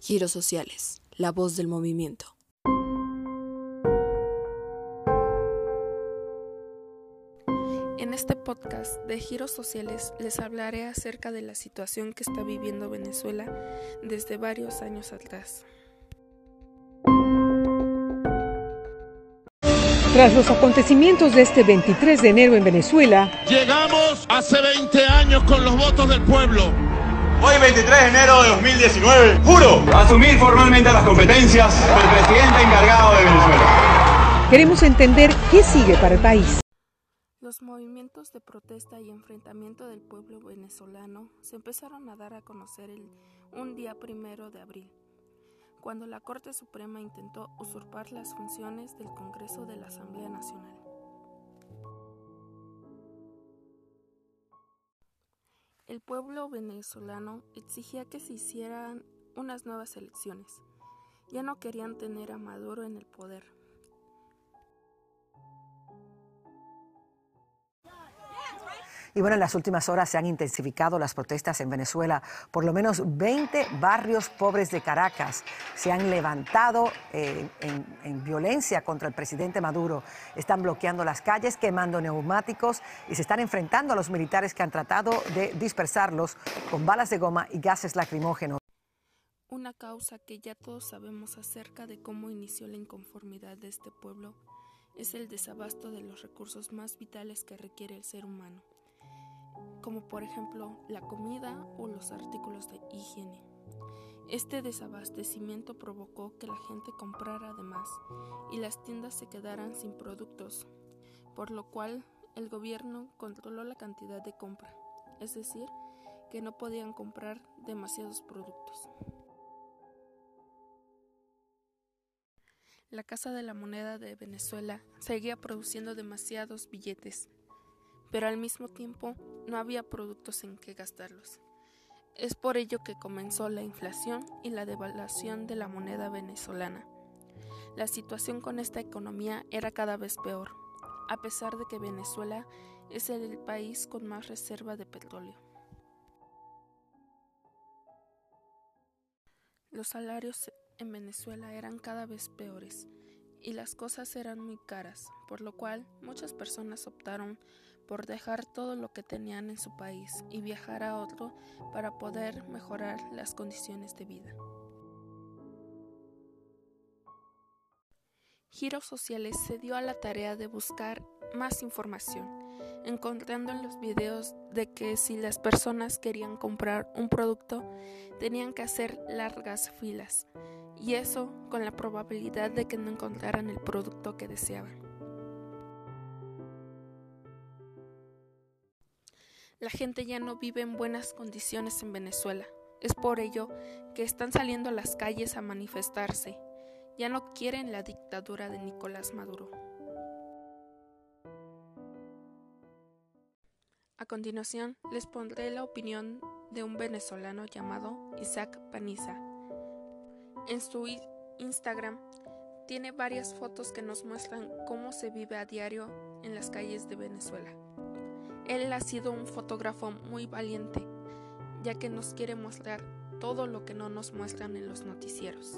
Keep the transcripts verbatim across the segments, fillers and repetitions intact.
Giros Sociales, la voz del movimiento. En este podcast de Giros Sociales les hablaré acerca de la situación que está viviendo Venezuela desde varios años atrás. Tras los acontecimientos de este veintitrés de enero en Venezuela, llegamos hace veinte años con los votos del pueblo. Hoy, veintitrés de enero de dos mil diecinueve, juro asumir formalmente las competencias del presidente encargado de Venezuela. Queremos entender qué sigue para el país. Los movimientos de protesta y enfrentamiento del pueblo venezolano se empezaron a dar a conocer el, un día primero de abril, cuando la Corte Suprema intentó usurpar las funciones del Congreso de la Asamblea Nacional. El pueblo venezolano exigía que se hicieran unas nuevas elecciones. Ya no querían tener a Maduro en el poder. Y bueno, en las últimas horas se han intensificado las protestas en Venezuela. Por lo menos veinte barrios pobres de Caracas se han levantado eh, en, en violencia contra el presidente Maduro. Están bloqueando las calles, quemando neumáticos y se están enfrentando a los militares que han tratado de dispersarlos con balas de goma y gases lacrimógenos. Una causa que ya todos sabemos acerca de cómo inició la inconformidad de este pueblo es el desabasto de los recursos más vitales que requiere el ser humano, como por ejemplo la comida o los artículos de higiene. Este desabastecimiento provocó que la gente comprara de más y las tiendas se quedaran sin productos, por lo cual el gobierno controló la cantidad de compra, es decir, que no podían comprar demasiados productos. La Casa de la Moneda de Venezuela seguía produciendo demasiados billetes, pero al mismo tiempo no había productos en que gastarlos. Es por ello que comenzó la inflación y la devaluación de la moneda venezolana. La situación con esta economía era cada vez peor, a pesar de que Venezuela es el país con más reserva de petróleo. Los salarios en Venezuela eran cada vez peores y las cosas eran muy caras, por lo cual muchas personas optaron por dejar todo lo que tenían en su país y viajar a otro para poder mejorar las condiciones de vida. Giros Sociales se dio a la tarea de buscar más información, encontrando en los videos de que si las personas querían comprar un producto, tenían que hacer largas filas, y eso con la probabilidad de que no encontraran el producto que deseaban. La gente ya no vive en buenas condiciones en Venezuela. Es por ello que están saliendo a las calles a manifestarse. Ya no quieren la dictadura de Nicolás Maduro. A continuación, les pondré la opinión de un venezolano llamado Isaac Paniza. En su Instagram tiene varias fotos que nos muestran cómo se vive a diario en las calles de Venezuela. Él ha sido un fotógrafo muy valiente, ya que nos quiere mostrar todo lo que no nos muestran en los noticieros.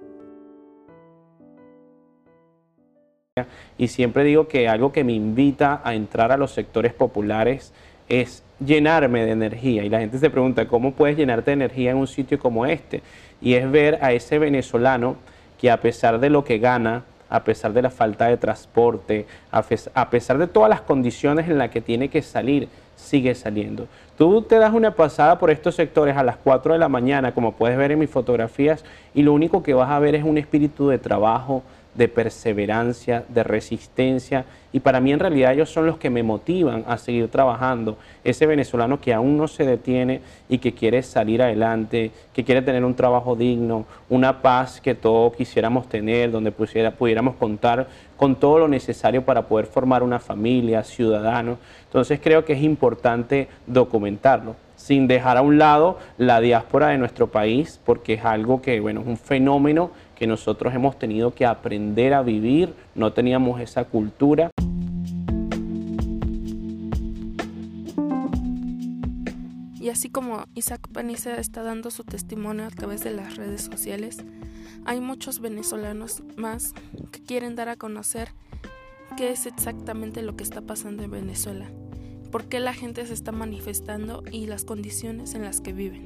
Y siempre digo que algo que me invita a entrar a los sectores populares es llenarme de energía. Y la gente se pregunta, ¿cómo puedes llenarte de energía en un sitio como este? Y es ver a ese venezolano que a pesar de lo que gana, a pesar de la falta de transporte, a pesar de todas las condiciones en las que tiene que salir, sigue saliendo. Tú te das una pasada por estos sectores a las cuatro de la mañana, como puedes ver en mis fotografías, y lo único que vas a ver es un espíritu de trabajo, de perseverancia, de resistencia, y para mí en realidad ellos son los que me motivan a seguir trabajando. Ese venezolano que aún no se detiene y que quiere salir adelante, que quiere tener un trabajo digno, una paz que todos quisiéramos tener, donde pusiera, pudiéramos contar con todo lo necesario para poder formar una familia, ciudadanos. Entonces creo que es importante documentarlo, sin dejar a un lado la diáspora de nuestro país, porque es algo que, bueno, es un fenómeno que nosotros hemos tenido que aprender a vivir, no teníamos esa cultura. Y Y así como Isaac Paniza está dando su testimonio a través de las redes sociales, hay muchos venezolanos más que quieren dar a conocer qué es exactamente lo que está pasando en Venezuela, por qué la gente se está manifestando y las condiciones en las que viven.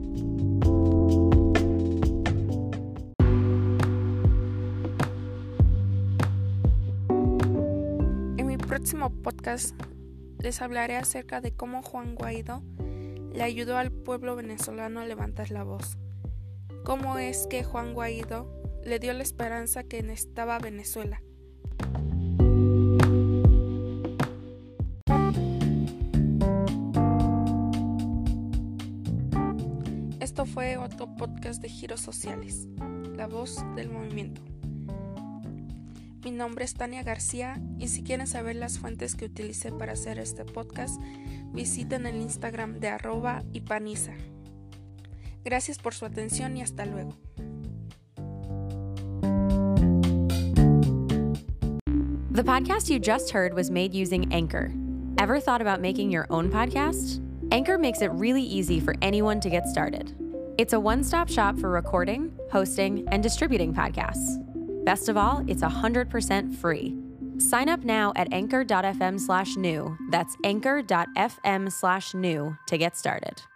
En mi próximo podcast les hablaré acerca de cómo Juan Guaidó le ayudó al pueblo venezolano a levantar la voz. Cómo es que Juan Guaidó le dio la esperanza que necesitaba Venezuela. Esto fue otro podcast de Giros Sociales, la voz del movimiento. Mi nombre es Tania García y si quieren saber las fuentes que utilicé para hacer este podcast, visiten el Instagram de arroba ipaniza. Gracias por su atención y hasta luego. The podcast you just heard was made using Anchor. Ever thought about making your own podcast? Anchor makes it really easy for anyone to get started. It's a one-stop shop for recording, hosting, and distributing podcasts. Best of all, it's one hundred percent free. Sign up now at anchor.fm slash new. That's anchor.fm slash new to get started.